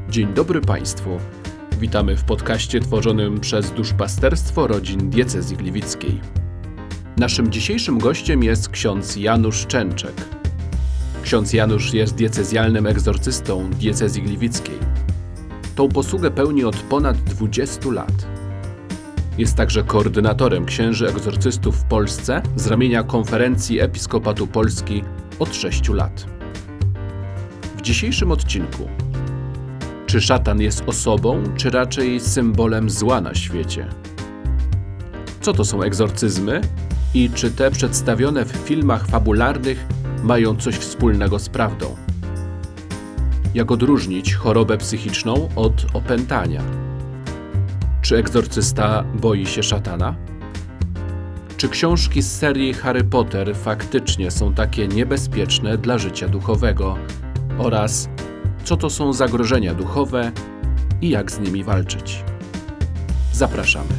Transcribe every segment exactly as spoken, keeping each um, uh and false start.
Dzień dobry Państwu. Witamy w podcaście tworzonym przez Duszpasterstwo Rodzin Diecezji Gliwickiej. Naszym dzisiejszym gościem jest ksiądz Janusz Częczek. Ksiądz Janusz jest diecezjalnym egzorcystą Diecezji Gliwickiej. Tą posługę pełni od ponad dwudziestu lat. Jest także koordynatorem księży egzorcystów w Polsce z ramienia Konferencji Episkopatu Polski od sześciu lat. W dzisiejszym odcinku: czy szatan jest osobą, czy raczej symbolem zła na świecie? Co to są egzorcyzmy i czy te przedstawione w filmach fabularnych mają coś wspólnego z prawdą? Jak odróżnić chorobę psychiczną od opętania? Czy egzorcysta boi się szatana? Czy książki z serii Harry Potter faktycznie są takie niebezpieczne dla życia duchowego? Oraz co to są zagrożenia duchowe i jak z nimi walczyć? Zapraszamy.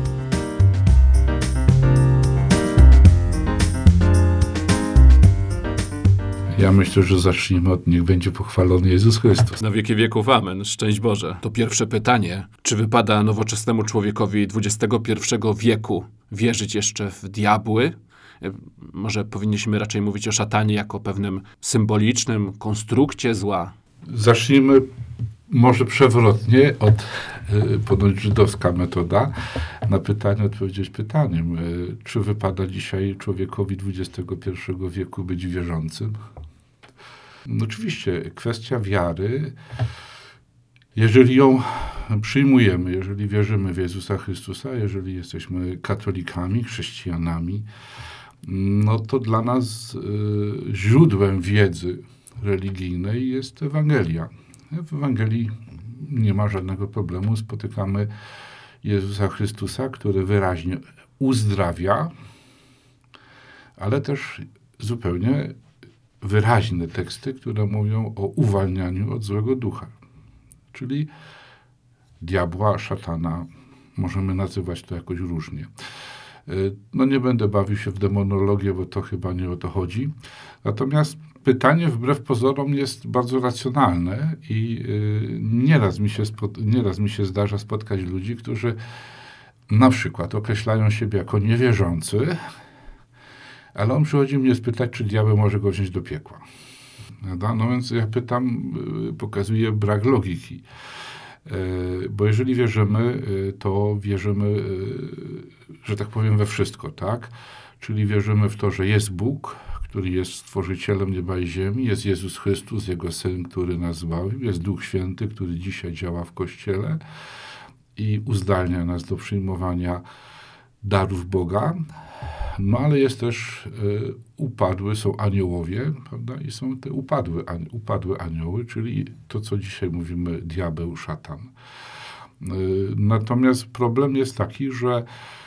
Ja myślę, że zacznijmy od niech będzie pochwalony Jezus Chrystus. Na wieki wieków amen. Szczęść Boże. To pierwsze pytanie. Czy wypada nowoczesnemu człowiekowi dwudziestego pierwszego wieku wierzyć jeszcze w diabły? Może powinniśmy raczej mówić o szatanie jako pewnym symbolicznym konstrukcie zła. Zacznijmy może przewrotnie od y, ponoć żydowska metoda na pytanie odpowiedzieć pytaniem. Y, czy wypada dzisiaj człowiekowi dwudziestego pierwszego wieku być wierzącym? No oczywiście kwestia wiary, jeżeli ją przyjmujemy, jeżeli wierzymy w Jezusa Chrystusa, jeżeli jesteśmy katolikami, chrześcijanami, no to dla nas y, źródłem wiedzy religijnej jest Ewangelia. W Ewangelii nie ma żadnego problemu. Spotykamy Jezusa Chrystusa, który wyraźnie uzdrawia, ale też zupełnie wyraźne teksty, które mówią o uwalnianiu od złego ducha. Czyli diabła, szatana, możemy nazywać to jakoś różnie. No nie będę bawił się w demonologię, bo to chyba nie o to chodzi. Natomiast pytanie wbrew pozorom jest bardzo racjonalne i yy, nieraz, mi się spot- nieraz mi się zdarza spotkać ludzi, którzy na przykład określają siebie jako niewierzący, ale on przychodzi mnie spytać, czy diabeł może go wziąć do piekła. Prawda? No więc ja pytam, yy, pokazuję brak logiki. Yy, bo jeżeli wierzymy, yy, to wierzymy, yy, że tak powiem, we wszystko, tak? Czyli wierzymy w to, że jest Bóg, który jest stworzycielem nieba i ziemi, jest Jezus Chrystus, Jego Syn, który nas zbawił, jest Duch Święty, który dzisiaj działa w Kościele i uzdalnia nas do przyjmowania darów Boga. No ale jest też y, upadły, są aniołowie, prawda? I są te upadłe, an, upadłe anioły, czyli to, co dzisiaj mówimy, diabeł, szatan. Y, natomiast problem jest taki, że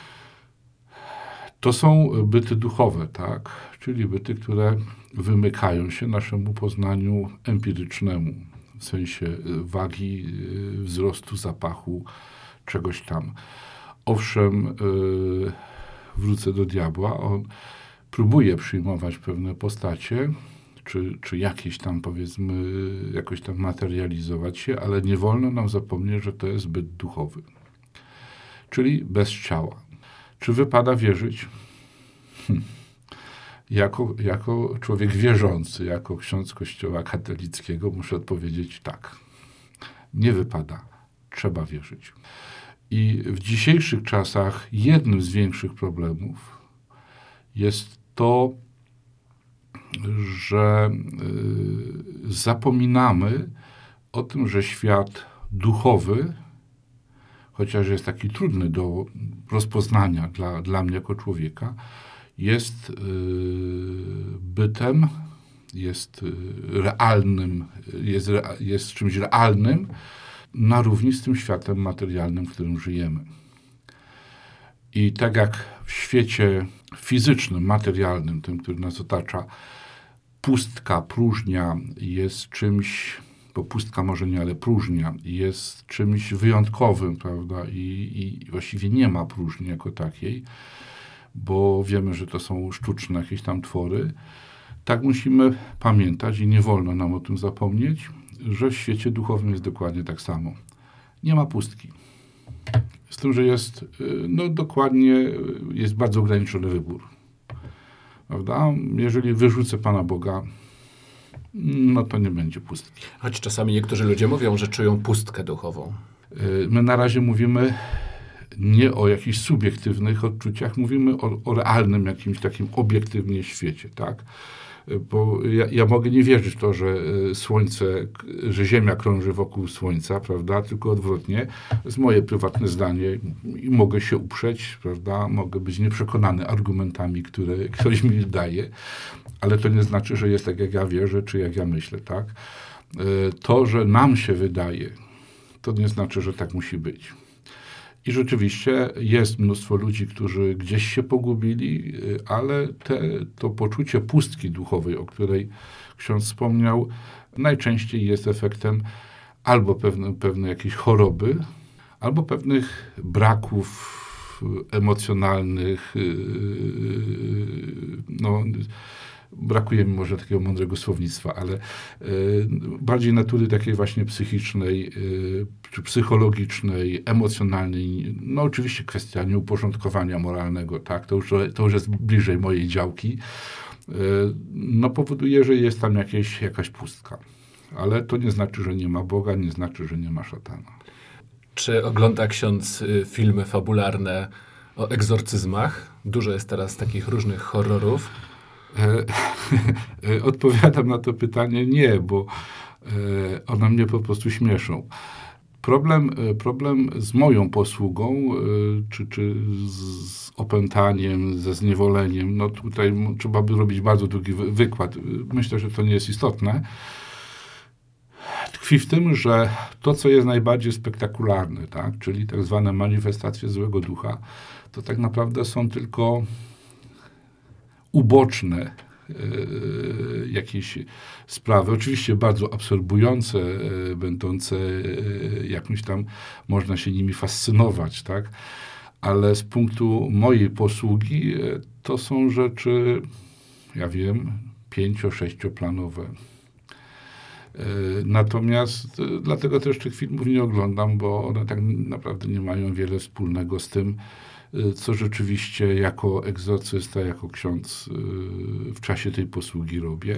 to są byty duchowe, tak? Czyli byty, które wymykają się naszemu poznaniu empirycznemu, w sensie wagi, wzrostu, zapachu, czegoś tam. Owszem, yy, wrócę do diabła, on próbuje przyjmować pewne postacie, czy, czy jakieś tam, powiedzmy, jakoś tam materializować się, ale nie wolno nam zapomnieć, że to jest byt duchowy, czyli bez ciała. Czy wypada wierzyć? Hm. Jako, jako człowiek wierzący, jako ksiądz Kościoła katolickiego muszę odpowiedzieć tak. Nie wypada. Trzeba wierzyć. I w dzisiejszych czasach jednym z większych problemów jest to, że y, zapominamy o tym, że świat duchowy, chociaż jest taki trudny do rozpoznania dla, dla mnie jako człowieka, jest y, bytem, jest y, realnym, jest, rea, jest czymś realnym na równi z tym światem materialnym, w którym żyjemy. I tak jak w świecie fizycznym, materialnym, tym, który nas otacza, pustka, próżnia jest czymś, bo pustka może nie, ale próżnia jest czymś wyjątkowym, prawda? I, i właściwie nie ma próżni jako takiej, bo wiemy, że to są sztuczne jakieś tam twory. Tak musimy pamiętać i nie wolno nam o tym zapomnieć, że w świecie duchowym jest dokładnie tak samo. Nie ma pustki. Z tym, że jest, no dokładnie, jest bardzo ograniczony wybór. Prawda? Jeżeli wyrzucę Pana Boga, no to nie będzie pustki. Choć czasami niektórzy ludzie mówią, że czują pustkę duchową. My na razie mówimy nie o jakichś subiektywnych odczuciach, mówimy o, o realnym jakimś takim obiektywnie świecie, tak? Bo ja, ja mogę nie wierzyć w to, że Słońce, że Ziemia krąży wokół Słońca, prawda? Tylko odwrotnie. To jest moje prywatne zdanie i mogę się uprzeć, prawda? Mogę być nieprzekonany argumentami, które ktoś mi daje, ale to nie znaczy, że jest tak, jak ja wierzę, czy jak ja myślę, tak? To, że nam się wydaje, to nie znaczy, że tak musi być. I rzeczywiście jest mnóstwo ludzi, którzy gdzieś się pogubili, ale te, to poczucie pustki duchowej, o której ksiądz wspomniał, najczęściej jest efektem albo pewne, pewnej jakiejś choroby, albo pewnych braków emocjonalnych, no, brakuje mi może takiego mądrego słownictwa, ale y, bardziej natury takiej właśnie psychicznej, y, czy psychologicznej, emocjonalnej. No oczywiście kwestia nieuporządkowania moralnego, tak, to już, to już jest bliżej mojej działki. Y, no powoduje, że jest tam jakieś, jakaś pustka. Ale to nie znaczy, że nie ma Boga, nie znaczy, że nie ma szatana. Czy ogląda ksiądz y, filmy fabularne o egzorcyzmach? Dużo jest teraz takich różnych horrorów. Odpowiadam na to pytanie nie, bo one mnie po prostu śmieszą. Problem, problem z moją posługą, czy, czy z opętaniem, ze zniewoleniem, no tutaj trzeba by robić bardzo długi wykład. Myślę, że to nie jest istotne. Tkwi w tym, że to, co jest najbardziej spektakularne, tak, czyli tak zwane manifestacje złego ducha, to tak naprawdę są tylko uboczne e, jakieś sprawy, oczywiście bardzo absorbujące, e, będące e, jakimś tam, można się nimi fascynować, tak? Ale z punktu mojej posługi e, to są rzeczy, ja wiem, pięcio-, sześcioplanowe. E, natomiast e, dlatego też tych filmów nie oglądam, bo one tak naprawdę nie mają wiele wspólnego z tym, co rzeczywiście jako egzorcysta, jako ksiądz w czasie tej posługi robię.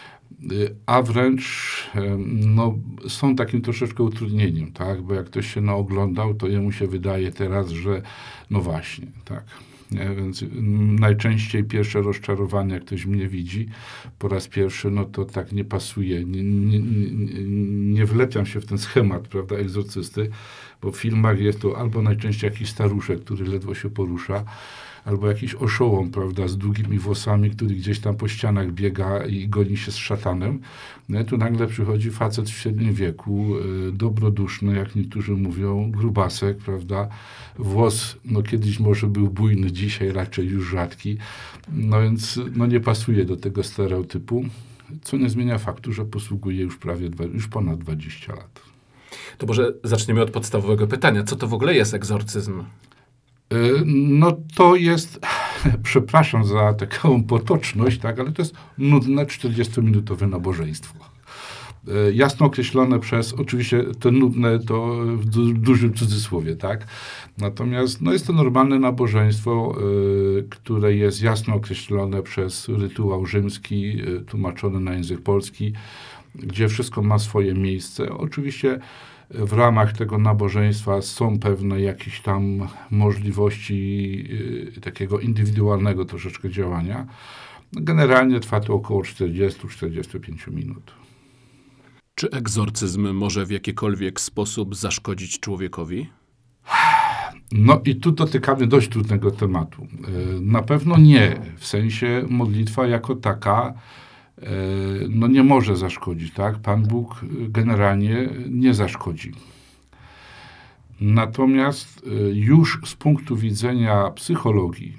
A wręcz no, są takim troszeczkę utrudnieniem, tak? Bo jak ktoś się naoglądał, to jemu się wydaje teraz, że no właśnie, tak. Nie? Więc najczęściej pierwsze rozczarowanie, jak ktoś mnie widzi po raz pierwszy, no to tak nie pasuje, nie, nie, nie, nie wlepiam się w ten schemat, prawda, egzorcysty, bo w filmach jest to albo najczęściej jakiś staruszek, który ledwo się porusza, albo jakiś oszołom, prawda, z długimi włosami, który gdzieś tam po ścianach biega i goni się z szatanem. No, tu nagle przychodzi facet w średnim wieku, y, dobroduszny, jak niektórzy mówią, grubasek, prawda, włos, no kiedyś może był bujny, dzisiaj raczej już rzadki, no więc no, nie pasuje do tego stereotypu, co nie zmienia faktu, że posługuje już prawie, dwa, już ponad dwadzieścia lat. To może zaczniemy od podstawowego pytania. Co to w ogóle jest egzorcyzm? No to jest, przepraszam za taką potoczność, tak, ale to jest nudne czterdziestominutowe nabożeństwo. Jasno określone przez, oczywiście to nudne to w du- dużym cudzysłowie, tak. Natomiast no jest to normalne nabożeństwo, y, które jest jasno określone przez rytuał rzymski, y, tłumaczony na język polski, gdzie wszystko ma swoje miejsce. Oczywiście w ramach tego nabożeństwa są pewne jakieś tam możliwości y, takiego indywidualnego troszeczkę działania. Generalnie trwa to około czterdzieści do czterdziestu pięciu minut. Czy egzorcyzm może w jakikolwiek sposób zaszkodzić człowiekowi? No i tu dotykamy dość trudnego tematu. Y, na pewno nie, w sensie modlitwa jako taka no nie może zaszkodzić, tak? Pan Bóg generalnie nie zaszkodzi. Natomiast już z punktu widzenia psychologii,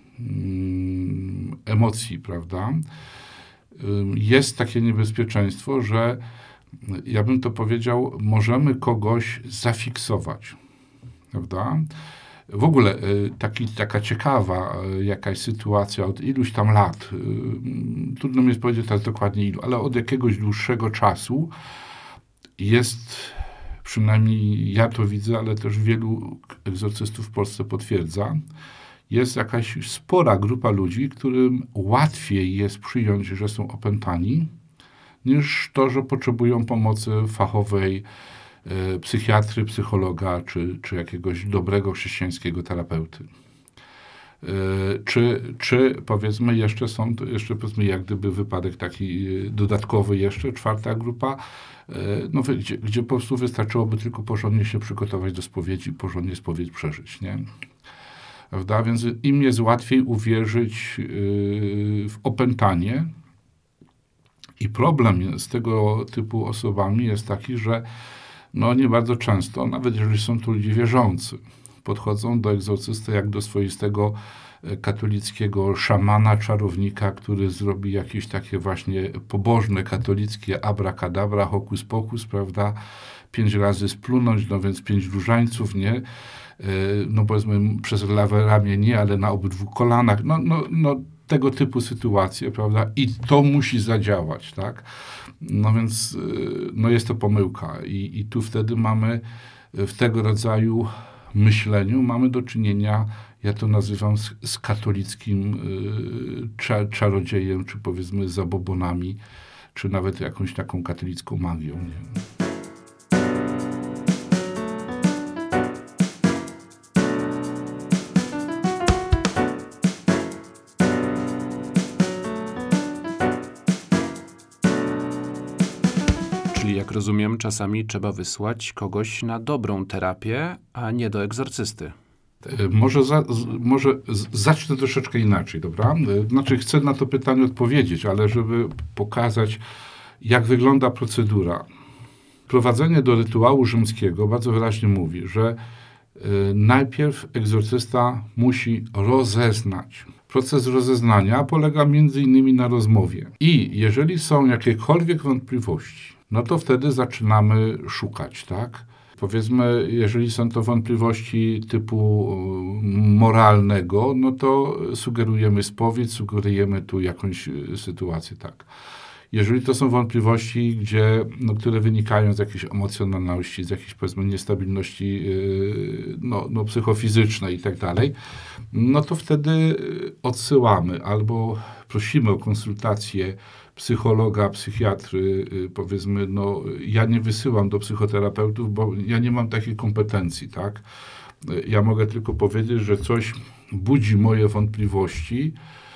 emocji, prawda, jest takie niebezpieczeństwo, że ja bym to powiedział, możemy kogoś zafiksować, prawda? W ogóle taki, taka ciekawa jakaś sytuacja od iluś tam lat, trudno mi jest powiedzieć teraz dokładnie ilu, ale od jakiegoś dłuższego czasu jest, przynajmniej ja to widzę, ale też wielu egzorcystów w Polsce potwierdza, jest jakaś spora grupa ludzi, którym łatwiej jest przyjąć, że są opętani, niż to, że potrzebują pomocy fachowej e, psychiatry, psychologa, czy, czy jakiegoś dobrego chrześcijańskiego terapeuty. E, czy, czy powiedzmy jeszcze są, jeszcze powiedzmy jak gdyby wypadek taki dodatkowy jeszcze, czwarta grupa, e, no, gdzie, gdzie po prostu wystarczyłoby tylko porządnie się przygotować do spowiedzi, porządnie spowiedź przeżyć, nie? Prawda? Więc im jest łatwiej uwierzyć yy, w opętanie. I problem z tego typu osobami jest taki, że no nie bardzo często, nawet jeżeli są to ludzie wierzący, podchodzą do egzorcysty jak do swoistego katolickiego szamana, czarownika, który zrobi jakieś takie właśnie pobożne katolickie abracadabra, hokus pokus, prawda? Pięć razy splunąć, no więc pięć różańców, nie? No powiedzmy przez lewe ramię nie, ale na obydwu kolanach, no, no, no tego typu sytuacje, prawda? I to musi zadziałać, tak? No więc no jest to pomyłka i, i tu wtedy mamy w tego rodzaju myśleniu mamy do czynienia, ja to nazywam z, z katolickim y, cza, czarodziejem, czy powiedzmy zabobonami, czy nawet jakąś taką katolicką magią, nie? Czyli jak rozumiem, czasami trzeba wysłać kogoś na dobrą terapię, a nie do egzorcysty. Może, za, może zacznę troszeczkę inaczej, dobra? Znaczy chcę na to pytanie odpowiedzieć, ale żeby pokazać, jak wygląda procedura. Wprowadzenie do rytuału rzymskiego bardzo wyraźnie mówi, że y, najpierw egzorcysta musi rozeznać. Proces rozeznania polega między innymi na rozmowie. I jeżeli są jakiekolwiek wątpliwości, no to wtedy zaczynamy szukać, tak? Powiedzmy, jeżeli są to wątpliwości typu moralnego, no to sugerujemy spowiedź, sugerujemy tu jakąś sytuację, tak. Jeżeli to są wątpliwości, gdzie, no, które wynikają z jakiejś emocjonalności, z jakiejś, powiedzmy, niestabilności yy, no, no, psychofizycznej i tak dalej, no to wtedy odsyłamy albo prosimy o konsultację psychologa, psychiatry, yy, powiedzmy, no ja nie wysyłam do psychoterapeutów, bo ja nie mam takiej kompetencji, tak? Yy, ja mogę tylko powiedzieć, że coś budzi moje wątpliwości.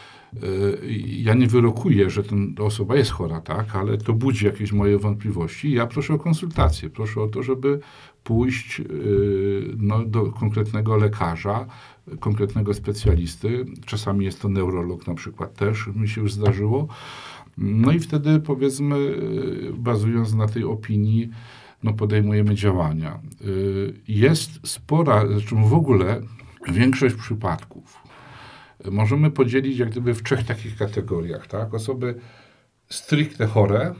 Ja nie wyrokuję, że ten, ta osoba jest chora, tak, ale to budzi jakieś moje wątpliwości. Ja proszę o konsultację, proszę o to, żeby pójść no, do konkretnego lekarza, konkretnego specjalisty. Czasami jest to neurolog na przykład też, mi się już zdarzyło. No i wtedy, powiedzmy, bazując na tej opinii, no, podejmujemy działania. Jest spora, zresztą w ogóle większość przypadków możemy podzielić jak gdyby w trzech takich kategoriach, tak? Osoby stricte chore,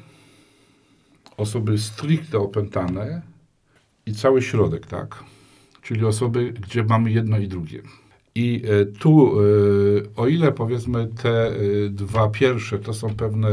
osoby stricte opętane i cały środek, tak? Czyli osoby, gdzie mamy jedno i drugie. I tu, o ile powiedzmy te dwa pierwsze to są pewne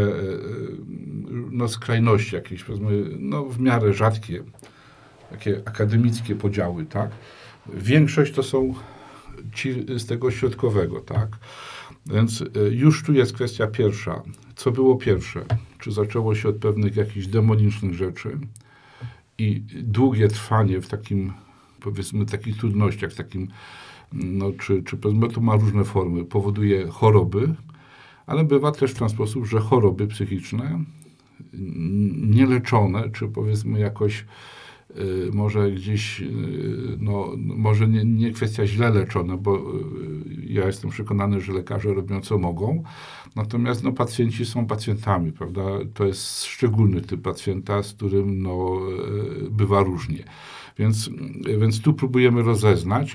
no, skrajności jakieś, powiedzmy, no w miarę rzadkie, takie akademickie podziały, tak? Większość to są ci z tego środkowego, tak? Więc już tu jest kwestia pierwsza. Co było pierwsze? Czy zaczęło się od pewnych jakichś demonicznych rzeczy i długie trwanie w takim, powiedzmy, takich trudnościach, w takim, no, czy, czy powiedzmy, to ma różne formy, powoduje choroby, ale bywa też w ten sposób, że choroby psychiczne, nieleczone, czy powiedzmy jakoś może gdzieś, no, może nie, nie kwestia źle leczona, bo ja jestem przekonany, że lekarze robią co mogą, natomiast no, pacjenci są pacjentami, prawda? To jest szczególny typ pacjenta, z którym no, bywa różnie. Więc, więc tu próbujemy rozeznać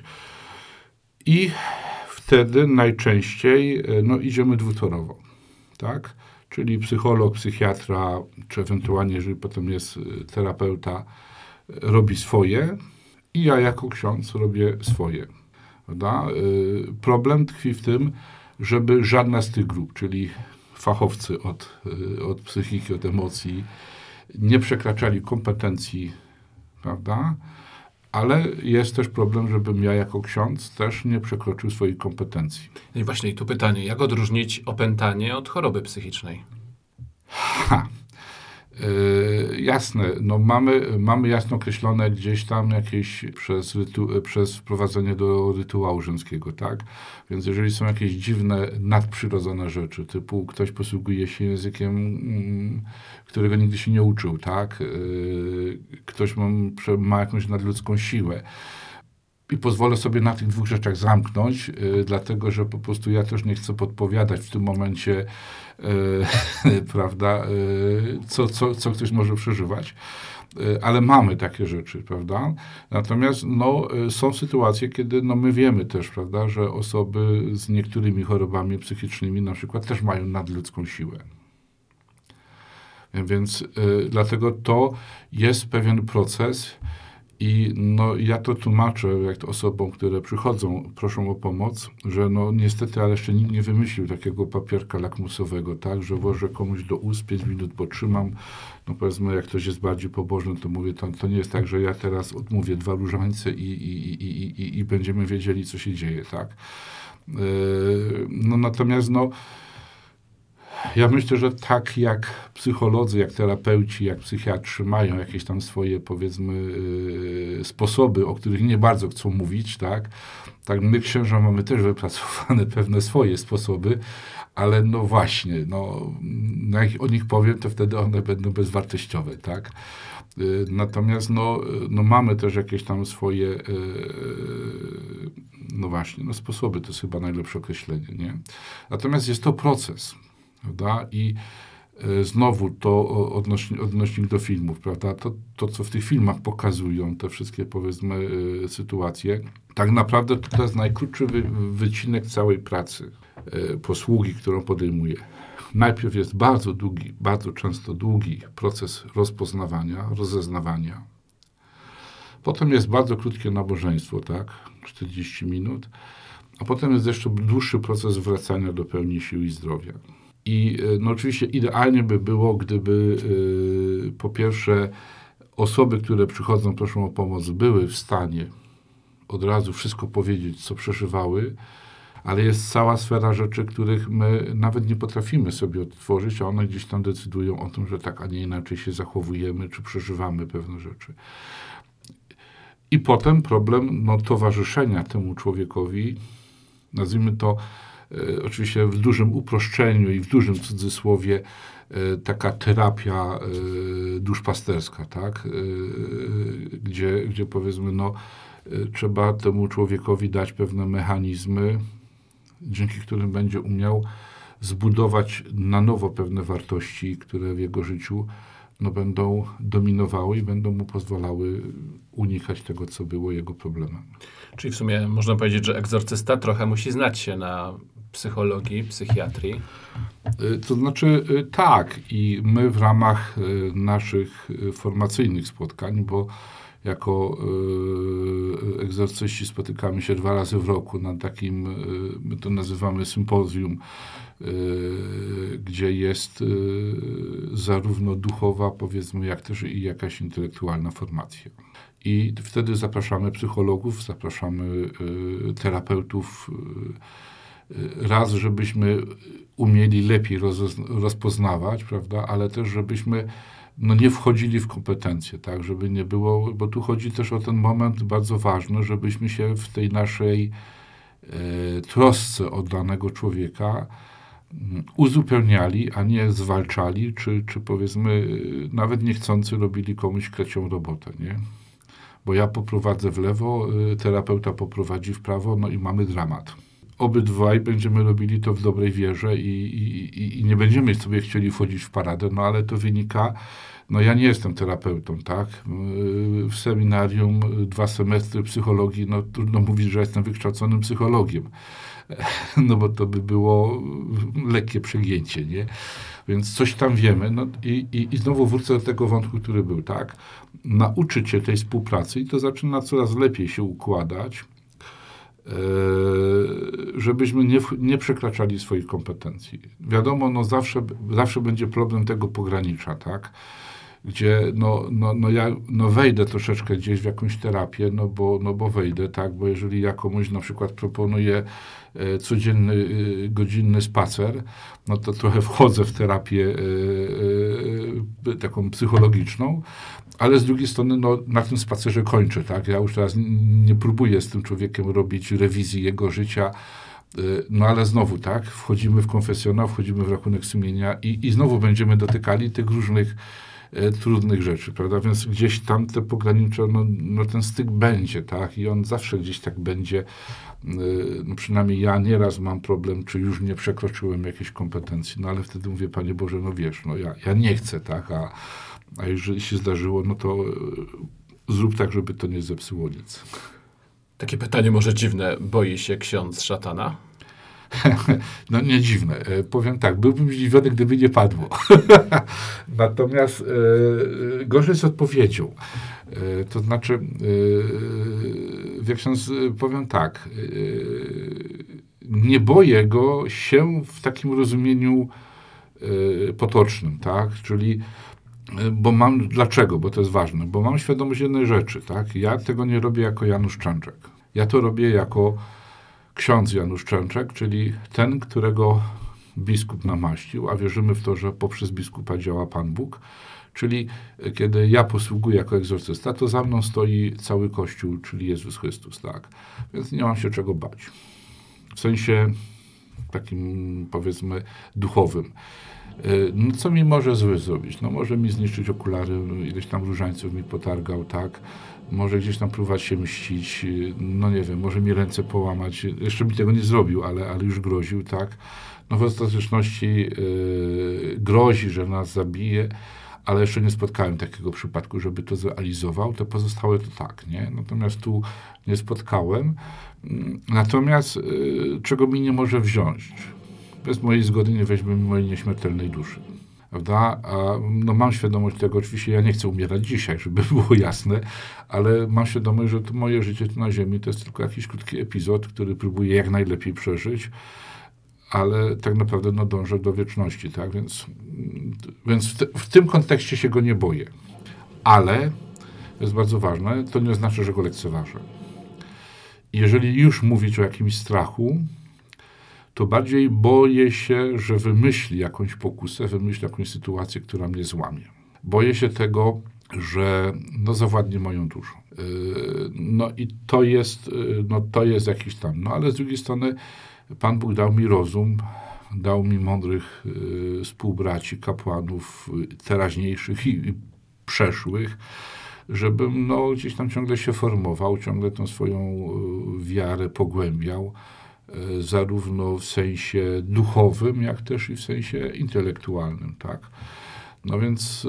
i wtedy najczęściej no, idziemy dwutorowo, tak? Czyli psycholog, psychiatra, czy ewentualnie, jeżeli potem jest terapeuta, robi swoje i ja jako ksiądz robię swoje. Prawda? Problem tkwi w tym, żeby żadna z tych grup, czyli fachowcy od, od psychiki, od emocji, nie przekraczali kompetencji, prawda? Ale jest też problem, żebym ja jako ksiądz też nie przekroczył swoich kompetencji. No i właśnie tu pytanie, jak odróżnić opętanie od choroby psychicznej? Ha. Yy, jasne, no mamy, mamy jasno określone gdzieś tam jakieś przez, rytu, przez wprowadzenie do rytuału rzymskiego, tak? Więc jeżeli są jakieś dziwne, nadprzyrodzone rzeczy, typu ktoś posługuje się językiem, mm, którego nigdy się nie uczył, tak? Yy, ktoś ma, ma jakąś nadludzką siłę, i pozwolę sobie na tych dwóch rzeczach zamknąć, yy, dlatego, że po prostu ja też nie chcę podpowiadać w tym momencie, yy, prawda, yy, co, co, co ktoś może przeżywać, yy, ale mamy takie rzeczy, prawda. Natomiast no, yy, są sytuacje, kiedy no, my wiemy też, prawda, że osoby z niektórymi chorobami psychicznymi na przykład też mają nadludzką siłę. Więc yy, dlatego to jest pewien proces. I no, ja to tłumaczę jak to osobom, które przychodzą, proszą o pomoc, że no niestety, ale jeszcze nikt nie wymyślił takiego papierka lakmusowego, tak, że włożę komuś do ust, pięć minut potrzymam, no powiedzmy, jak ktoś jest bardziej pobożny, to mówię, to, to nie jest tak, że ja teraz odmówię dwa różańce i, i, i, i, i będziemy wiedzieli, co się dzieje, tak. Yy, no natomiast no ja myślę, że tak jak psycholodzy, jak terapeuci, jak psychiatrzy mają jakieś tam swoje, powiedzmy, yy, sposoby, o których nie bardzo chcą mówić, tak, tak my księża mamy też wypracowane pewne swoje sposoby, ale no właśnie, no, no jak o nich powiem, to wtedy one będą bezwartościowe, tak. Yy, natomiast no, no mamy też jakieś tam swoje, yy, no właśnie, no sposoby, to jest chyba najlepsze określenie, nie. Natomiast jest to proces. Prawda? I y, znowu to odnośnik, odnośnik do filmów, prawda? To, to, co w tych filmach pokazują, te wszystkie, powiedzmy, y, sytuacje, tak naprawdę to jest najkrótszy wy, wycinek całej pracy, y, posługi, którą podejmuję. Najpierw jest bardzo długi, bardzo często długi proces rozpoznawania, rozeznawania. Potem jest bardzo krótkie nabożeństwo, tak? czterdzieści minut. A potem jest jeszcze dłuższy proces wracania do pełni sił i zdrowia. I no oczywiście idealnie by było, gdyby yy, po pierwsze osoby, które przychodzą, proszą o pomoc, były w stanie od razu wszystko powiedzieć, co przeżywały, ale jest cała sfera rzeczy, których my nawet nie potrafimy sobie odtworzyć, a one gdzieś tam decydują o tym, że tak, a nie inaczej się zachowujemy, czy przeżywamy pewne rzeczy. I potem problem no, towarzyszenia temu człowiekowi, nazwijmy to e, oczywiście w dużym uproszczeniu i w dużym cudzysłowie, e, taka terapia e, duszpasterska, tak? E, gdzie, gdzie powiedzmy, no, e, trzeba temu człowiekowi dać pewne mechanizmy, dzięki którym będzie umiał zbudować na nowo pewne wartości, które w jego życiu no, będą dominowały i będą mu pozwalały unikać tego, co było jego problemem. Czyli w sumie można powiedzieć, że egzorcysta trochę musi znać się na psychologii, psychiatrii. To znaczy tak, i my w ramach naszych formacyjnych spotkań, bo jako y, egzorcyści spotykamy się dwa razy w roku na takim, y, my to nazywamy sympozjum, y, gdzie jest y, zarówno duchowa, powiedzmy, jak też i jakaś intelektualna formacja. I wtedy zapraszamy psychologów, zapraszamy y, terapeutów, y, raz, żebyśmy umieli lepiej roz, rozpoznawać, prawda, ale też, żebyśmy no nie wchodzili w kompetencje, tak, żeby nie było, bo tu chodzi też o ten moment bardzo ważny, żebyśmy się w tej naszej e, trosce o danego człowieka m, uzupełniali, a nie zwalczali, czy, czy powiedzmy nawet niechcący robili komuś krecią robotę, nie? Bo ja poprowadzę w lewo, y, terapeuta poprowadzi w prawo, no i mamy dramat. Obydwaj będziemy robili to w dobrej wierze i, i, i nie będziemy sobie chcieli wchodzić w paradę, no ale to wynika, no ja nie jestem terapeutą, tak? W seminarium dwa semestry psychologii, no trudno mówić, że jestem wykształconym psychologiem, no bo to by było lekkie przegięcie, nie? Więc coś tam wiemy, no i, i, i znowu wrócę do tego wątku, który był, tak? Nauczyć się tej współpracy i to zaczyna coraz lepiej się układać, żebyśmy nie, nie przekraczali swoich kompetencji. Wiadomo, no zawsze, zawsze będzie problem tego pogranicza, tak? gdzie no, no, no ja no wejdę troszeczkę gdzieś w jakąś terapię, no bo, no bo wejdę, tak, bo jeżeli ja komuś na przykład proponuję e, codzienny e, godzinny spacer, no to trochę wchodzę w terapię e, e, taką psychologiczną, ale z drugiej strony no, na tym spacerze kończę, tak, ja już teraz nie próbuję z tym człowiekiem robić rewizji jego życia. No ale znowu, tak, wchodzimy w konfesjonał, wchodzimy w rachunek sumienia i, i znowu będziemy dotykali tych różnych e, trudnych rzeczy, prawda, więc gdzieś tam te pogranicze, no, no ten styk będzie, tak, i on zawsze gdzieś tak będzie, e, no przynajmniej ja nieraz mam problem, czy już nie przekroczyłem jakiejś kompetencji, no ale wtedy mówię, Panie Boże, no wiesz, no ja, ja nie chcę, tak, a, a jeżeli się zdarzyło, no to e, zrób tak, żeby to nie zepsuło nic. Takie pytanie może dziwne. Boi się ksiądz szatana? No nie dziwne. E, powiem tak, byłbym zdziwiony, gdyby nie padło. Natomiast e, gorzej z odpowiedzią. E, to znaczy, e, wie ksiądz, powiem tak, e, nie boję go się w takim rozumieniu e, potocznym, tak? Czyli bo mam, dlaczego? Bo to jest ważne. Bo mam świadomość jednej rzeczy, tak? Ja tego nie robię jako Janusz Częczek. Ja to robię jako ksiądz Janusz Częczek, czyli ten, którego biskup namaścił, a wierzymy w to, że poprzez biskupa działa Pan Bóg. Czyli kiedy ja posługuję jako egzorcysta, to za mną stoi cały Kościół, czyli Jezus Chrystus, tak? Więc nie mam się czego bać. W sensie takim, powiedzmy, duchowym. No co mi może zły zrobić? No może mi zniszczyć okulary, ileś tam różańców mi potargał, tak? Może gdzieś tam próbować się mścić, no nie wiem, może mi ręce połamać. Jeszcze mi tego nie zrobił, ale, ale już groził, tak? No w ostateczności yy, grozi, że nas zabije, ale jeszcze nie spotkałem takiego przypadku, żeby to zrealizował. Te pozostałe to tak, nie? Natomiast tu nie spotkałem. Natomiast yy, czego mi nie może wziąć? Bez mojej zgody nie weźmie mojej nieśmiertelnej duszy. Prawda? A, no mam świadomość tego, oczywiście ja nie chcę umierać dzisiaj, żeby było jasne, ale mam świadomość, że to moje życie tu na ziemi to jest tylko jakiś krótki epizod, który próbuję jak najlepiej przeżyć, ale tak naprawdę no, dążę do wieczności, tak? Więc, więc w, te, w tym kontekście się go nie boję. Ale, to jest bardzo ważne, to nie znaczy, że go lekceważę. Jeżeli już mówić o jakimś strachu, to bardziej boję się, że wymyśli jakąś pokusę, wymyśli jakąś sytuację, która mnie złamie. Boję się tego, że no, zawładnie moją duszą. Yy, no i to jest, yy, no, to jest jakiś tam, no ale z drugiej strony Pan Bóg dał mi rozum, dał mi mądrych yy, współbraci, kapłanów yy, teraźniejszych i, i przeszłych, żebym no, gdzieś tam ciągle się formował, ciągle tą swoją yy, wiarę pogłębiał, zarówno w sensie duchowym, jak też i w sensie intelektualnym, tak. No więc,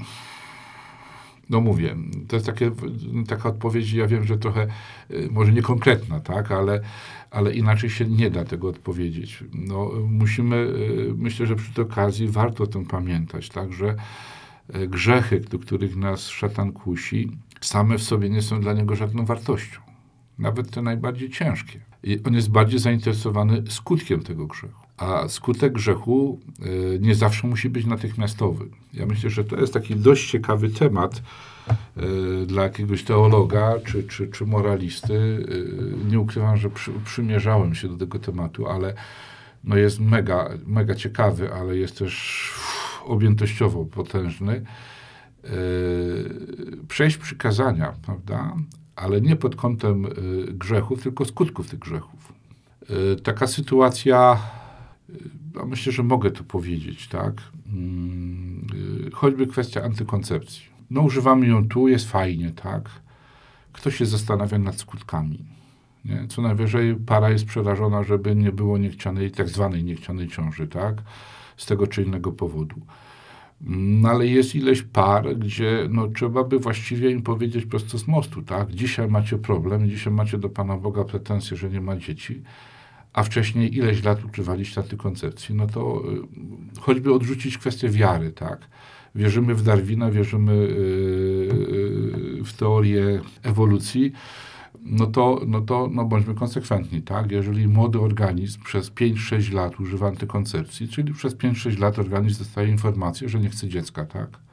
no mówię, to jest takie, taka odpowiedź, ja wiem, że trochę, może niekonkretna, tak, ale, ale inaczej się nie da tego odpowiedzieć. No, musimy, myślę, że przy tej okazji warto o tym pamiętać, tak, że grzechy, do których nas szatan kusi, same w sobie nie są dla niego żadną wartością. Nawet te najbardziej ciężkie. I on jest bardziej zainteresowany skutkiem tego grzechu. A skutek grzechu y, nie zawsze musi być natychmiastowy. Ja myślę, że to jest taki dość ciekawy temat y, dla jakiegoś teologa czy, czy, czy moralisty. Y, nie ukrywam, że przy, przymierzałem się do tego tematu, ale no jest mega, mega ciekawy, ale jest też uff, objętościowo potężny. Y, przejść przykazania, prawda? Ale nie pod kątem y, grzechów, tylko skutków tych grzechów. Y, taka sytuacja, y, no myślę, że mogę to powiedzieć, tak? Y, choćby kwestia antykoncepcji. No używamy ją tu, jest fajnie, tak? Ktoś się zastanawia nad skutkami. Nie? Co najwyżej para jest przerażona, żeby nie było niechcianej, tak zwanej niechcianej ciąży, tak? Z tego czy innego powodu. No ale jest ileś par, gdzie no, trzeba by właściwie im powiedzieć prosto z mostu, tak? Dzisiaj macie problem, dzisiaj macie do Pana Boga pretensje, że nie ma dzieci, a wcześniej ileś lat ukrywaliście antykoncepcji, no to y, choćby odrzucić kwestię wiary, tak? Wierzymy w Darwina, wierzymy y, y, w teorię ewolucji, no to, no to no bądźmy konsekwentni, tak? Jeżeli młody organizm przez pięć sześć lat używa antykoncepcji, czyli przez pięć sześć lat organizm dostaje informację, że nie chce dziecka, tak?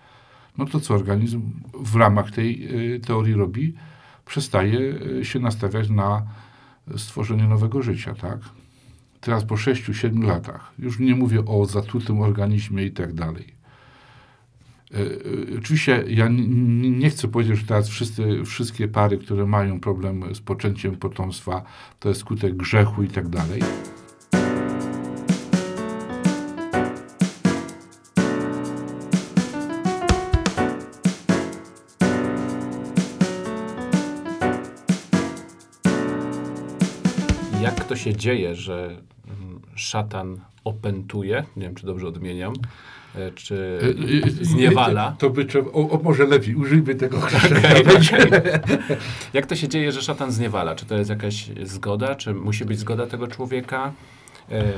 no to co organizm w ramach tej y, teorii robi? Przestaje y, się nastawiać na stworzenie nowego życia, tak? Teraz po sześciu, siedmiu latach, już nie mówię o zatrutym organizmie i tak dalej. Y, y, oczywiście ja n- nie chcę powiedzieć, że teraz wszyscy, wszystkie pary, które mają problem z poczęciem potomstwa, to jest skutek grzechu i tak dalej. Jak to się dzieje, że mm, szatan opętuje, nie wiem, czy dobrze odmieniam, e, czy zniewala? To by trzeba, o, o może lepiej, użyjmy tego określenia. Okay, okay. Jak to się dzieje, że szatan zniewala? Czy to jest jakaś zgoda? Czy musi być zgoda tego człowieka? E...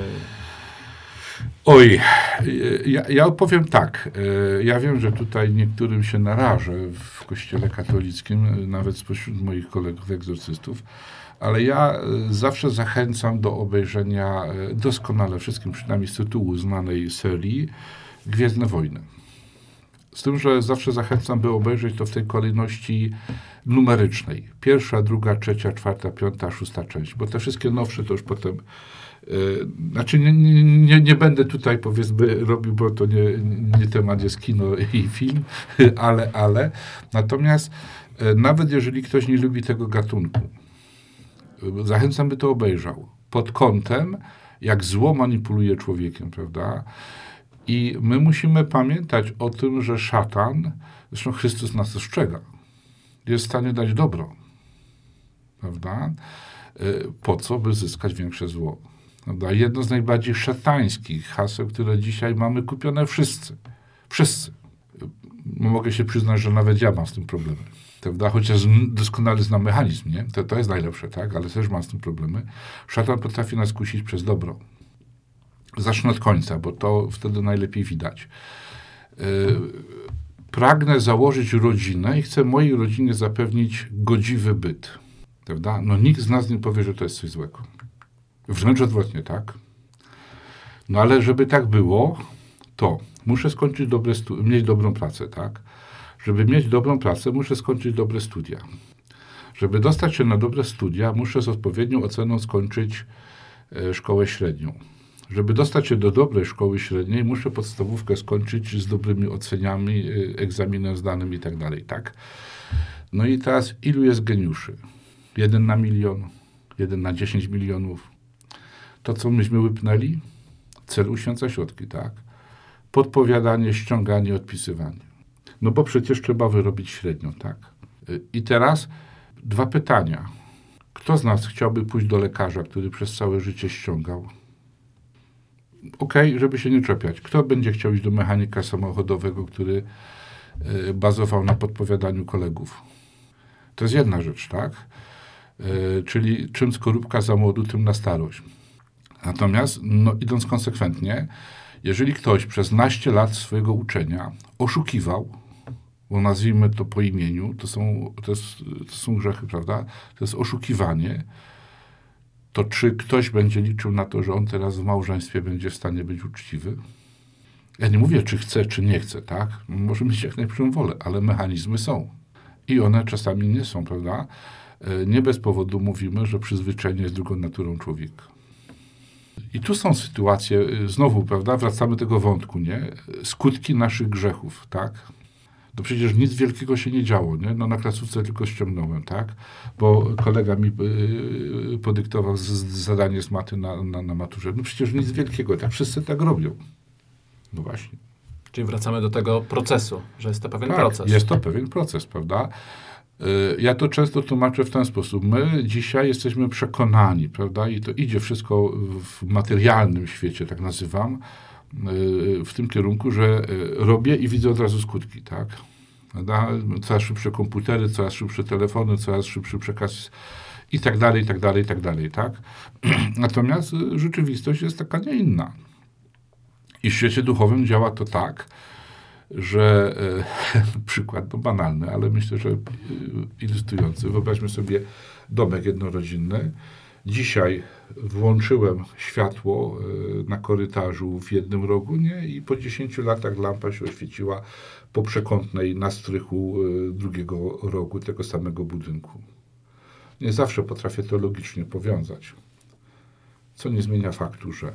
Oj, ja, ja opowiem tak. Ja wiem, że tutaj niektórym się narażę w kościele katolickim, nawet spośród moich kolegów egzorcystów, ale ja zawsze zachęcam do obejrzenia doskonale wszystkim, przynajmniej z tytułu znanej serii, Gwiezdne Wojny. Z tym, że zawsze zachęcam, by obejrzeć to w tej kolejności numerycznej. Pierwsza, druga, trzecia, czwarta, piąta, szósta część, bo te wszystkie nowsze to już potem... Yy, znaczy nie, nie, nie będę tutaj, powiedzmy, robił, bo to nie, nie temat jest kino i film, ale, ale. Natomiast yy, nawet jeżeli ktoś nie lubi tego gatunku, yy, zachęcam, by to obejrzał. Pod kątem, jak zło manipuluje człowiekiem, prawda? I my musimy pamiętać o tym, że szatan, zresztą Chrystus nas ostrzega, jest w stanie dać dobro, prawda? Yy, po co? By zyskać większe zło. Prawda? Jedno z najbardziej szatańskich haseł, które dzisiaj mamy kupione wszyscy. Wszyscy. Mogę się przyznać, że nawet ja mam z tym problemy. Prawda? Chociaż doskonale znam mechanizm, nie? To, to jest najlepsze, tak? Ale też mam z tym problemy. Szatan potrafi nas kusić przez dobro. Zacznę od końca, bo to wtedy najlepiej widać. Yy, pragnę założyć rodzinę i chcę mojej rodzinie zapewnić godziwy byt. Prawda? No nikt z nas nie powie, że to jest coś złego. Wręcz odwrotnie, tak? No ale żeby tak było, to muszę skończyć dobre stu- mieć dobrą pracę, tak? Żeby mieć dobrą pracę, muszę skończyć dobre studia. Żeby dostać się na dobre studia, muszę z odpowiednią oceną skończyć e, szkołę średnią. Żeby dostać się do dobrej szkoły średniej, muszę podstawówkę skończyć z dobrymi oceniami, e, egzaminem zdanym i tak dalej, tak? No i teraz ilu jest geniuszy? Jeden na milion, jeden na dziesięć milionów. To, co myśmy wypnęli? Cel uświęca środki, tak? Podpowiadanie, ściąganie, odpisywanie. No bo przecież trzeba wyrobić średnią, tak? I teraz dwa pytania. Kto z nas chciałby pójść do lekarza, który przez całe życie ściągał? Okej, okay, żeby się nie czepiać. Kto będzie chciał iść do mechanika samochodowego, który y, bazował na podpowiadaniu kolegów? To jest jedna rzecz, tak? Y, czyli czym skorupka za młodu, tym na starość. Natomiast, no, idąc konsekwentnie, jeżeli ktoś przez naście lat swojego uczenia oszukiwał, bo nazwijmy to po imieniu, to są, to jest, to są grzechy, prawda? To jest oszukiwanie, to czy ktoś będzie liczył na to, że on teraz w małżeństwie będzie w stanie być uczciwy? Ja nie mówię, czy chce, czy nie chce, tak? Może mieć jak najlepszą wolę, ale mechanizmy są. I one czasami nie są, prawda? Nie bez powodu mówimy, że przyzwyczajenie jest drugą naturą człowieka. I tu są sytuacje, znowu, prawda, wracamy do tego wątku, nie? Skutki naszych grzechów, tak? To przecież nic wielkiego się nie działo, nie? No na klasówce tylko ściągnąłem, tak? Bo kolega mi yy, podyktował z, z zadanie z maty na, na, na maturze. No przecież nic wielkiego, tak? Wszyscy tak robią. No właśnie. Czyli wracamy do tego procesu, że jest to pewien tak, proces. jest to pewien proces, prawda? Ja to często tłumaczę w ten sposób. My dzisiaj jesteśmy przekonani, prawda, i to idzie wszystko w materialnym świecie, tak nazywam, w tym kierunku, że robię i widzę od razu skutki, tak? Prawda? Coraz szybsze komputery, coraz szybsze telefony, coraz szybszy przekaz i tak dalej, i tak dalej, i tak dalej, tak? Natomiast rzeczywistość jest taka nie inna. I w świecie duchowym działa to tak, że e, przykład no banalny, ale myślę, że e, ilustrujący. Wyobraźmy sobie domek jednorodzinny Dzisiaj włączyłem światło na korytarzu w jednym rogu, nie? I po dziesięciu latach lampa się oświeciła po przekątnej na strychu drugiego rogu tego samego budynku. Nie zawsze potrafię to logicznie powiązać, co nie zmienia faktu, że...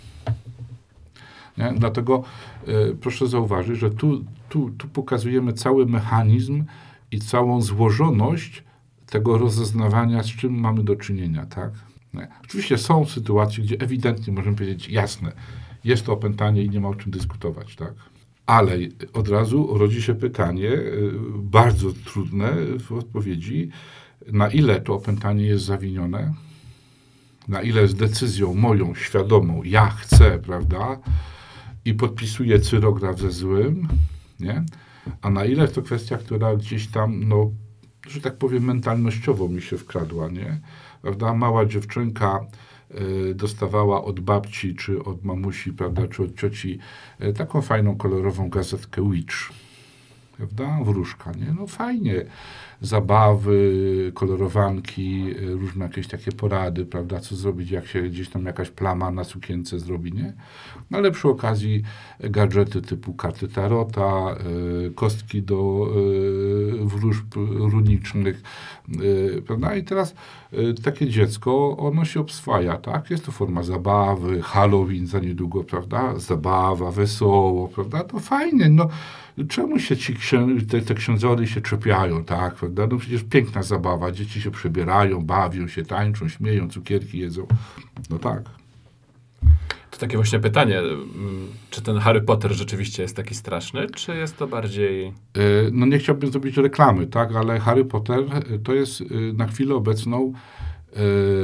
Nie? Dlatego y, proszę zauważyć, że tu, tu, tu pokazujemy cały mechanizm i całą złożoność tego rozeznawania, z czym mamy do czynienia, tak? Nie. Oczywiście są sytuacje, gdzie ewidentnie możemy powiedzieć, jasne, jest to opętanie i nie ma o czym dyskutować, tak? Ale od razu rodzi się pytanie, y, bardzo trudne w odpowiedzi, na ile to opętanie jest zawinione, na ile jest decyzją moją, świadomą, ja chcę, prawda, i podpisuję cyrograf ze złym, nie? A na ile jest to kwestia, która gdzieś tam, no, że tak powiem, mentalnościowo mi się wkradła, nie? Prawda? Mała dziewczynka y, dostawała od babci, czy od mamusi, prawda, czy od cioci y, taką fajną, kolorową gazetkę Witch, prawda? Wróżka, nie? No fajnie. Zabawy, kolorowanki, y, różne jakieś takie porady, prawda, co zrobić, jak się gdzieś tam jakaś plama na sukience zrobi, nie? No ale przy okazji gadżety typu karty tarota, y, kostki do y, wróżb runicznych, y, prawda? I teraz y, takie dziecko, ono się obswaja, tak? Jest to forma zabawy, Halloween za niedługo, prawda? Zabawa, wesoło, prawda? To fajnie, no. Czemu się ci księ- te, te księdzory się czepiają, tak? Prawda? No przecież piękna zabawa, dzieci się przebierają, bawią się, tańczą, śmieją, cukierki jedzą. No tak. To takie właśnie pytanie, czy ten Harry Potter rzeczywiście jest taki straszny, czy jest to bardziej... Yy, no nie chciałbym zrobić reklamy, tak? Ale Harry Potter to jest yy, na chwilę obecną yy,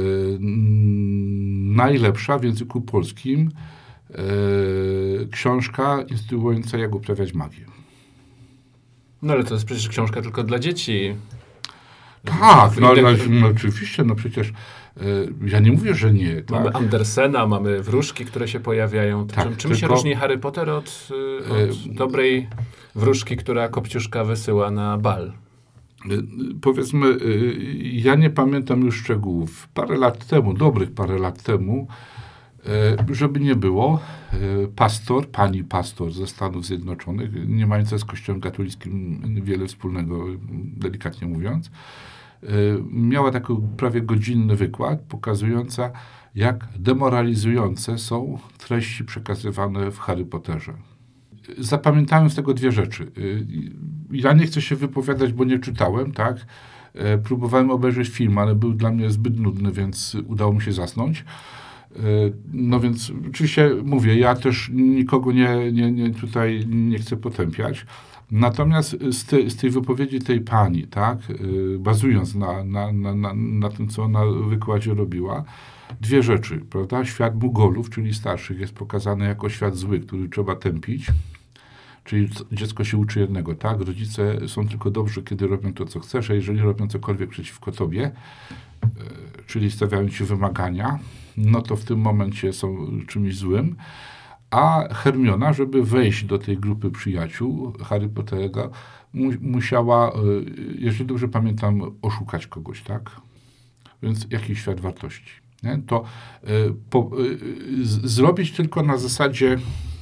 najlepsza w języku polskim yy, książka instruująca, jak uprawiać magię. No ale to jest przecież książka tylko dla dzieci. Tak, no, Innych- no, no oczywiście, no przecież y, ja nie mówię, że nie. Tak? Mamy Andersena, mamy wróżki, które się pojawiają. Tak, czym czym się tylko- różni Harry Potter od, y, od Y, dobrej wróżki, która Kopciuszka wysyła na bal? Y, y, Powiedzmy, y, ja nie pamiętam już szczegółów. Parę lat temu, dobrych parę lat temu, y, żeby nie było, y, pastor, pani pastor ze Stanów Zjednoczonych, nie mająca z Kościołem katolickim wiele wspólnego, delikatnie mówiąc, y, miała taki prawie godzinny wykład pokazująca, jak demoralizujące są treści przekazywane w Harry Potterze. Zapamiętałem z tego dwie rzeczy. Y, Ja nie chcę się wypowiadać, bo nie czytałem, tak? E, Próbowałem obejrzeć film, ale był dla mnie zbyt nudny, więc udało mi się zasnąć. E, No więc oczywiście mówię, ja też nikogo nie, nie, nie tutaj nie chcę potępiać. Natomiast z, te, z tej wypowiedzi tej pani, tak, y, bazując na, na, na, na, na tym, co ona w wykładzie robiła, dwie rzeczy, prawda? Świat Mugolów, czyli starszych, jest pokazany jako świat zły, który trzeba tępić. Czyli c- dziecko się uczy jednego, tak? Rodzice są tylko dobrzy, kiedy robią to, co chcesz, a jeżeli robią cokolwiek przeciwko tobie, e, czyli stawiają ci wymagania, no to w tym momencie są czymś złym. A Hermiona, żeby wejść do tej grupy przyjaciół Harry Pottera, mu, musiała, e, jeżeli dobrze pamiętam, oszukać kogoś, tak? Więc jakiś świat wartości. Nie? To e, po, e, z, zrobić tylko na zasadzie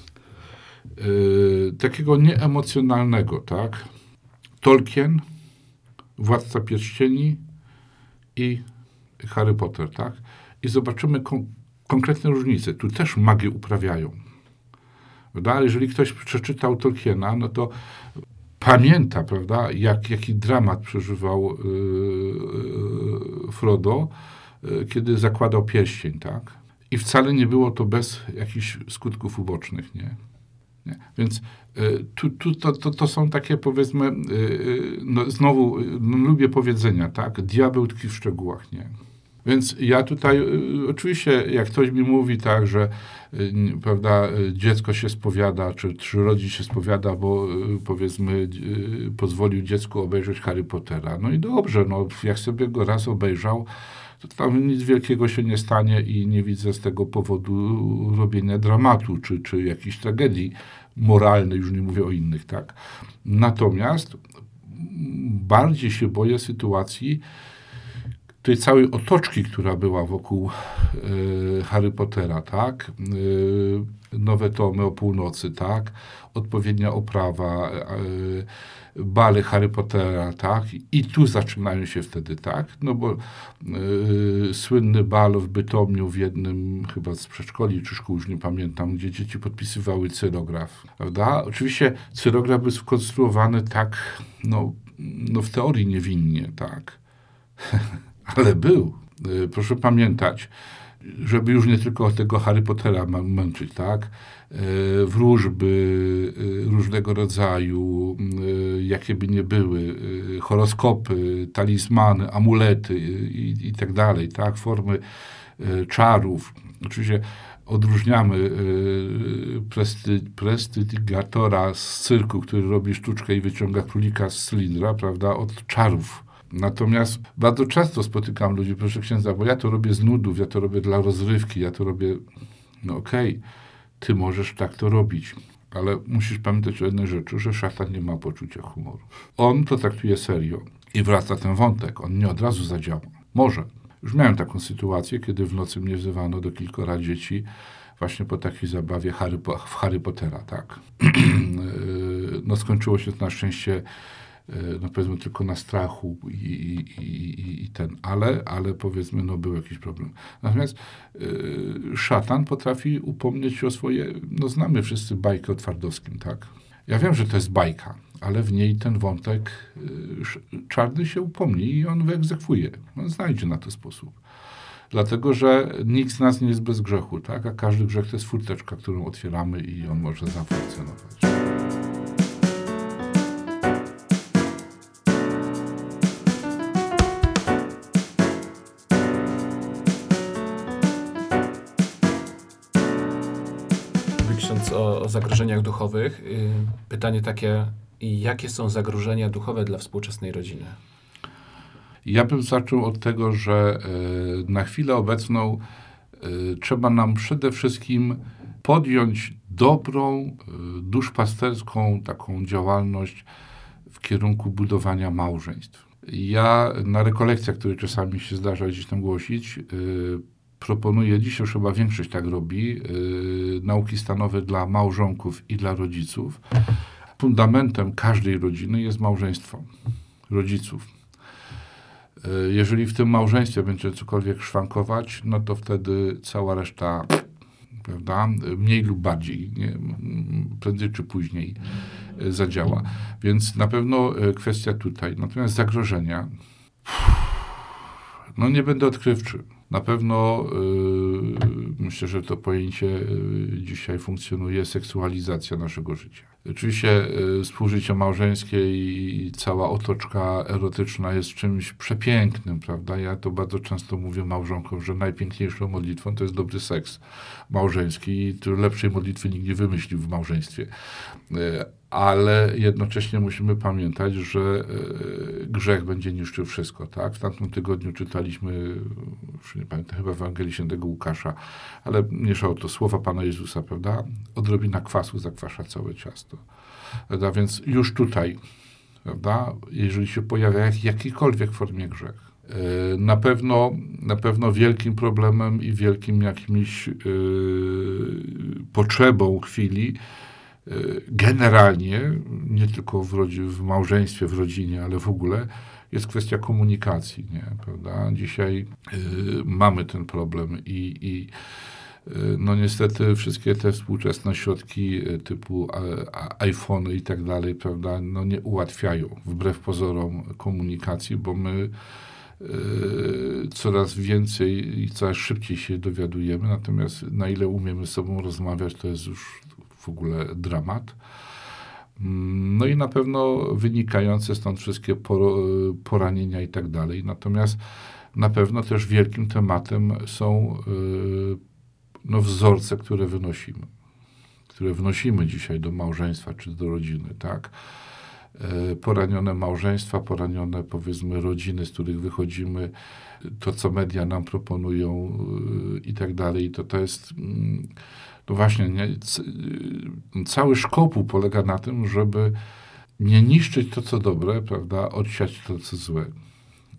Yy, takiego nieemocjonalnego, tak? Tolkien, Władca Pierścieni i Harry Potter, tak? I zobaczymy kon- konkretne różnice. Tu też magię uprawiają. Prawda? Ale jeżeli ktoś przeczytał Tolkiena, no to pamięta, prawda, jak, jaki dramat przeżywał yy, Frodo, yy, kiedy zakładał pierścień, tak? I wcale nie było to bez jakichś skutków ubocznych, nie? Nie? Więc y, tu, tu, to, to, to są takie, powiedzmy, y, no, znowu y, no, lubię powiedzenia, tak? Diabeł tkwi w szczegółach, nie? Więc ja tutaj, y, oczywiście, jak ktoś mi mówi tak, że y, prawda, y, dziecko się spowiada, czy, czy rodzic się spowiada, bo y, powiedzmy y, pozwolił dziecku obejrzeć Harry Pottera. No i dobrze, no, jak sobie go raz obejrzał, to tam nic wielkiego się nie stanie i nie widzę z tego powodu robienia dramatu, czy, czy jakiejś tragedii moralnej, już nie mówię o innych, tak? Natomiast bardziej się boję sytuacji tej całej otoczki, która była wokół y, Harry Pottera, tak? Y, nowe tomy o północy, tak? Odpowiednia oprawa, y, bale Harry Pottera, tak? I tu zaczynają się wtedy, tak? No bo y, słynny bal w Bytomiu w jednym chyba z przedszkoli czy szkół, już nie pamiętam, gdzie dzieci podpisywały cyrograf, prawda? Oczywiście cyrograf był skonstruowany tak, no, no w teorii niewinnie, tak? Ale był. Y, proszę pamiętać, żeby już nie tylko tego Harry Pottera męczyć, tak? Y, wróżby y, różnego rodzaju, y, jakie by nie były, y, horoskopy, talizmany, amulety i, i tak dalej, tak? Formy y, czarów. Oczywiście odróżniamy y, presty, prestidygatora z cyrku, który robi sztuczkę i wyciąga królika z cylindra, prawda, od czarów. Natomiast bardzo często spotykam ludzi, proszę księdza, bo ja to robię z nudów, ja to robię dla rozrywki, ja to robię, no okej, okay, ty możesz tak to robić, ale musisz pamiętać o jednej rzeczy, że szatan nie ma poczucia humoru. On to traktuje serio i wraca ten wątek, on nie od razu zadziała. Może. Już miałem taką sytuację, kiedy w nocy mnie wzywano do kilkora dzieci właśnie po takiej zabawie Harry, w Harry Pottera, tak. No skończyło się na szczęście no powiedzmy tylko na strachu i, i, i, i ten, ale, ale powiedzmy, no był jakiś problem. Natomiast y, szatan potrafi upomnieć się o swoje, no znamy wszyscy bajkę o Twardowskim, tak? Ja wiem, że to jest bajka, ale w niej ten wątek y, czarny się upomni i on wyegzekwuje. On znajdzie na to sposób. Dlatego, że nikt z nas nie jest bez grzechu, tak? A każdy grzech to jest furteczka, którą otwieramy i on może zafunkcjonować. Ksiądz o, o zagrożeniach duchowych. Yy, pytanie takie, jakie są zagrożenia duchowe dla współczesnej rodziny? Ja bym zaczął od tego, że y, na chwilę obecną y, trzeba nam przede wszystkim podjąć dobrą, y, duszpasterską taką działalność w kierunku budowania małżeństw. Ja na rekolekcjach, które czasami się zdarza gdzieś tam głosić, y, proponuję, dzisiaj już chyba większość tak robi, yy, nauki stanowe dla małżonków i dla rodziców. Fundamentem każdej rodziny jest małżeństwo rodziców. Yy, jeżeli w tym małżeństwie będzie cokolwiek szwankować, no to wtedy cała reszta, prawda, mniej lub bardziej, nie? Prędzej czy później yy, zadziała. Więc na pewno yy, kwestia tutaj. Natomiast zagrożenia, no nie będę odkrywczy. Na pewno yy, myślę, że to pojęcie yy, dzisiaj funkcjonuje, seksualizacja naszego życia. Oczywiście yy, współżycie małżeńskie i cała otoczka erotyczna jest czymś przepięknym, prawda? Ja to bardzo często mówię małżonkom, że najpiękniejszą modlitwą to jest dobry seks małżeński i tu lepszej modlitwy nikt nie wymyślił w małżeństwie. Yy, ale jednocześnie musimy pamiętać, że yy, grzech będzie niszczył wszystko, tak? W tamtym tygodniu czytaliśmy, już nie pamiętam, chyba w Ewangelii Świętego Łukasza, ale mieszało to słowa Pana Jezusa, prawda? Odrobina kwasu zakwasza całe ciasto. Prawda? Więc już tutaj, prawda? Jeżeli się pojawia w jakiejkolwiek formie grzech, yy, na pewno, na pewno wielkim problemem i wielkim jakimś yy, potrzebą chwili, generalnie, nie tylko w, rodzi- w małżeństwie, w rodzinie, ale w ogóle, jest kwestia komunikacji, nie? Prawda? Dzisiaj y, mamy ten problem i, i y, no niestety wszystkie te współczesne środki y, typu iPhony i tak dalej, prawda, no nie ułatwiają wbrew pozorom komunikacji, bo my y, coraz więcej i coraz szybciej się dowiadujemy, natomiast na ile umiemy z sobą rozmawiać, to jest już w ogóle dramat. No i na pewno wynikające stąd wszystkie poranienia i tak dalej. Natomiast na pewno też wielkim tematem są no, wzorce, które wynosimy. Które wnosimy dzisiaj do małżeństwa czy do rodziny, tak? Poranione małżeństwa, poranione powiedzmy rodziny, z których wychodzimy, to co media nam proponują i tak dalej. To to jest... No właśnie, nie, cały szkopuł polega na tym, żeby nie niszczyć to, co dobre, prawda, odsiać to, co złe.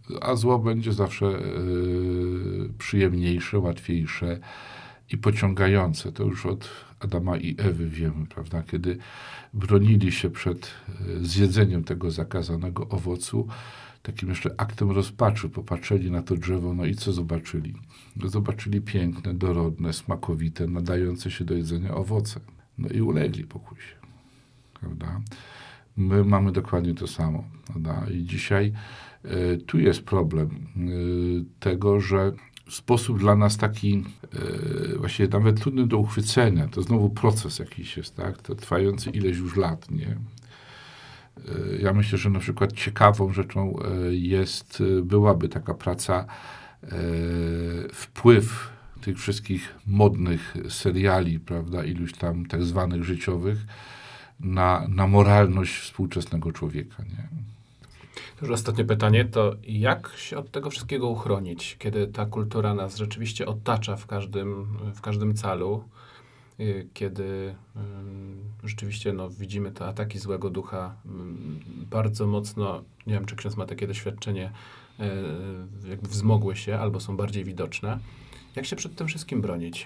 a zło będzie zawsze yy, przyjemniejsze, łatwiejsze i pociągające. To już od Adama i Ewy wiemy, prawda? Kiedy bronili się przed yy, zjedzeniem tego zakazanego owocu, takim jeszcze aktem rozpaczy popatrzyli na to drzewo, no i co zobaczyli? Zobaczyli piękne, dorodne, smakowite, nadające się do jedzenia owoce. No i ulegli pokusie, prawda? My mamy dokładnie to samo, prawda? I dzisiaj y, tu jest problem y, tego, że sposób dla nas taki y, właściwie nawet trudny do uchwycenia, to znowu proces jakiś jest, tak? To trwający ileś już lat, nie? Y, ja myślę, że na przykład ciekawą rzeczą y, jest, y, byłaby taka praca, y, wpływ tych wszystkich modnych seriali, prawda, iluś tam tak zwanych życiowych, na, na moralność współczesnego człowieka. Nie? To już ostatnie pytanie, to jak się od tego wszystkiego uchronić, kiedy ta kultura nas rzeczywiście otacza w każdym, w każdym calu, yy, kiedy yy, rzeczywiście no, widzimy te ataki złego ducha yy, bardzo mocno, nie wiem, czy ksiądz ma takie doświadczenie, yy, jakby wzmogły się albo są bardziej widoczne. Jak się przed tym wszystkim bronić?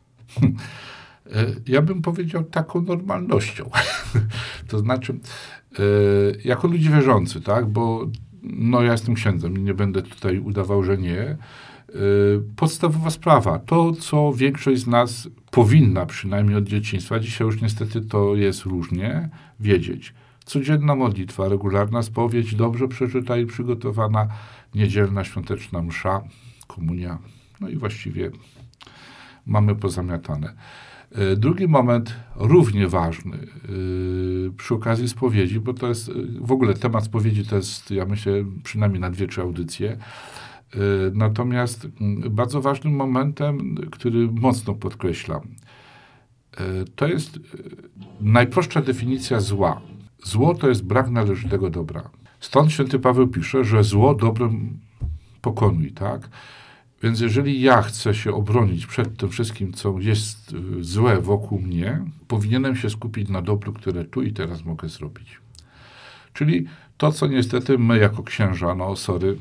Ja bym powiedział taką normalnością. To znaczy, jako ludzi wierzący, tak, bo no ja jestem księdzem i nie będę tutaj udawał, że nie. Podstawowa sprawa, to co większość z nas powinna przynajmniej od dzieciństwa, dzisiaj już niestety to jest różnie, wiedzieć. Codzienna modlitwa, regularna spowiedź, dobrze przeżyta i przygotowana, niedzielna świąteczna msza, komunia, no i właściwie mamy pozamiatane. Drugi moment, równie ważny, yy, przy okazji spowiedzi, bo to jest, yy, w ogóle temat spowiedzi to jest, ja myślę, przynajmniej na dwie, trzy audycje. Yy, natomiast yy, bardzo ważnym momentem, który mocno podkreślam, yy, to jest yy, najprostsza definicja zła. Zło to jest brak należytego dobra. Stąd święty Paweł pisze, że zło dobrem pokonuj, tak? Więc jeżeli ja chcę się obronić przed tym wszystkim, co jest złe wokół mnie, powinienem się skupić na dobru, które tu i teraz mogę zrobić. Czyli to, co niestety my jako księża, no sorry,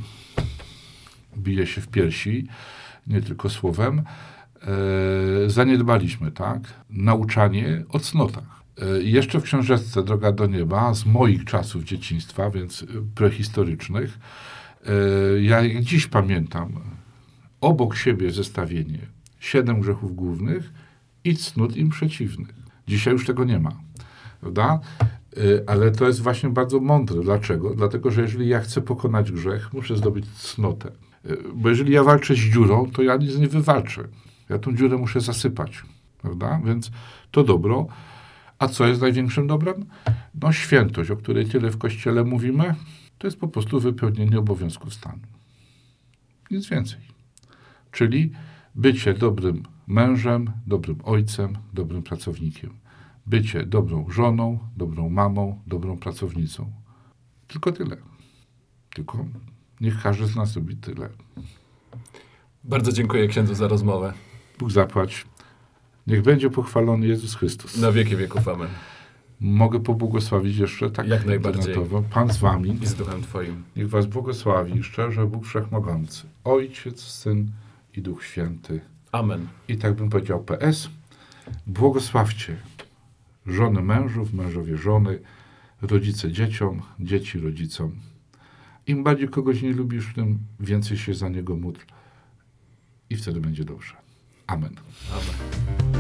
bije się w piersi, nie tylko słowem, e, zaniedbaliśmy, tak? Nauczanie o cnotach. E, jeszcze w książeczce Droga do nieba, z moich czasów dzieciństwa, więc prehistorycznych, e, ja jak dziś pamiętam, obok siebie zestawienie siedem grzechów głównych i cnót im przeciwnych. Dzisiaj już tego nie ma, prawda? Yy, ale to jest właśnie bardzo mądre. Dlaczego? Dlatego, że jeżeli ja chcę pokonać grzech, muszę zdobyć cnotę. Yy, bo jeżeli ja walczę z dziurą, to ja nic nie wywalczę. Ja tą dziurę muszę zasypać, prawda? Więc to dobro. A co jest największym dobrem? No świętość, o której tyle w Kościele mówimy, to jest po prostu wypełnienie obowiązków stanu. Nic więcej. Czyli bycie dobrym mężem, dobrym ojcem, dobrym pracownikiem. Bycie dobrą żoną, dobrą mamą, dobrą pracownicą. Tylko tyle. Tylko niech każdy z nas robi tyle. Bardzo dziękuję księdzu za rozmowę. Bóg zapłać. Niech będzie pochwalony Jezus Chrystus. Na wieki wieków. Amen. Mogę pobłogosławić jeszcze tak jak najbardziej. Pan z wami. I z duchem twoim. Niech was błogosławi szczerze Bóg Wszechmogący. Ojciec, Syn i Duch Święty. Amen. I tak bym powiedział P S. Błogosławcie żony mężów, mężowie żony, rodzice dzieciom, dzieci rodzicom. Im bardziej kogoś nie lubisz, tym więcej się za niego módl. I wtedy będzie dobrze. Amen. Amen.